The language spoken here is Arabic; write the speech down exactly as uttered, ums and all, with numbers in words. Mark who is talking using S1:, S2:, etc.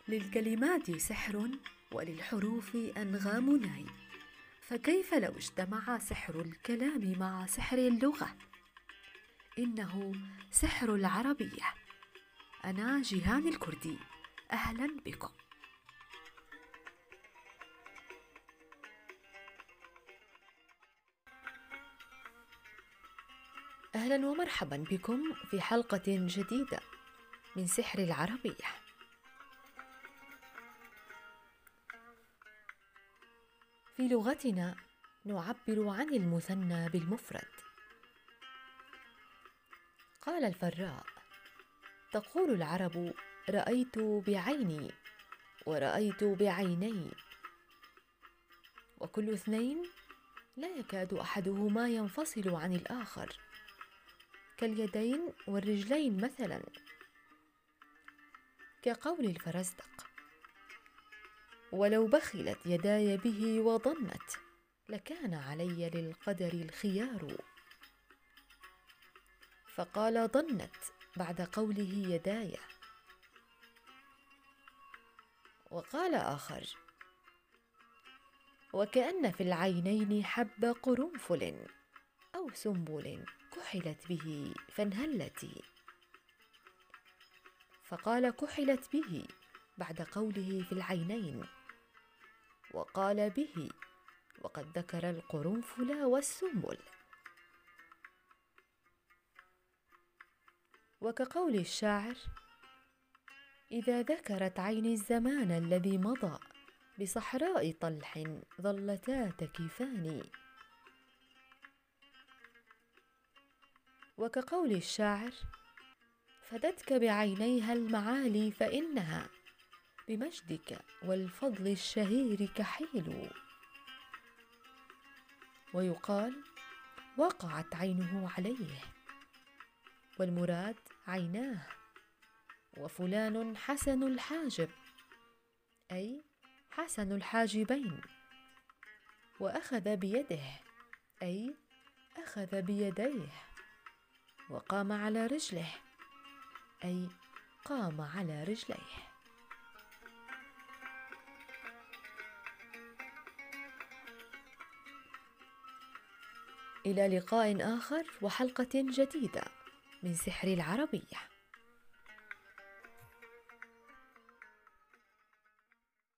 S1: للكلمات سحر وللحروف أنغام ناي، فكيف لو اجتمع سحر الكلام مع سحر اللغة؟ إنه سحر العربية. أنا جيهان الكردي، أهلا بكم. أهلا ومرحبا بكم في حلقة جديدة من سحر العربية. في لغتنا نعبر عن المثنى بالمفرد. قال الفراء: تقول العرب رأيت بعيني ورأيت بعيني، وكل اثنين لا يكاد أحدهما ينفصل عن الآخر، كاليدين والرجلين مثلا، كقول الفرزدق: ولو بخلت يداي به وضنت لكان علي للقدر الخيار. فقال ضنت بعد قوله يداي. وقال آخر: وكأن في العينين حب قرنفل أو سنبل كحلت به فانهلت. فقال كحلت به بعد قوله في العينين، وقال به وقد ذكر القرنفل والسنبل. وكقول الشاعر: إذا ذكرت عيني الزمان الذي مضى بصحراء طلح ظلتا تكفان. وكقول الشاعر: فدتك بعينيها المعالي فإنها بمجدك والفضل الشهير كحيل. ويقال: وقعت عينه عليه، والمراد عيناه. وفلان حسن الحاجب، أي حسن الحاجبين. وأخذ بيده، أي أخذ بيديه. وقام على رجله، أي قام على رجليه. إلى لقاء آخر وحلقة جديدة من سحر العربية.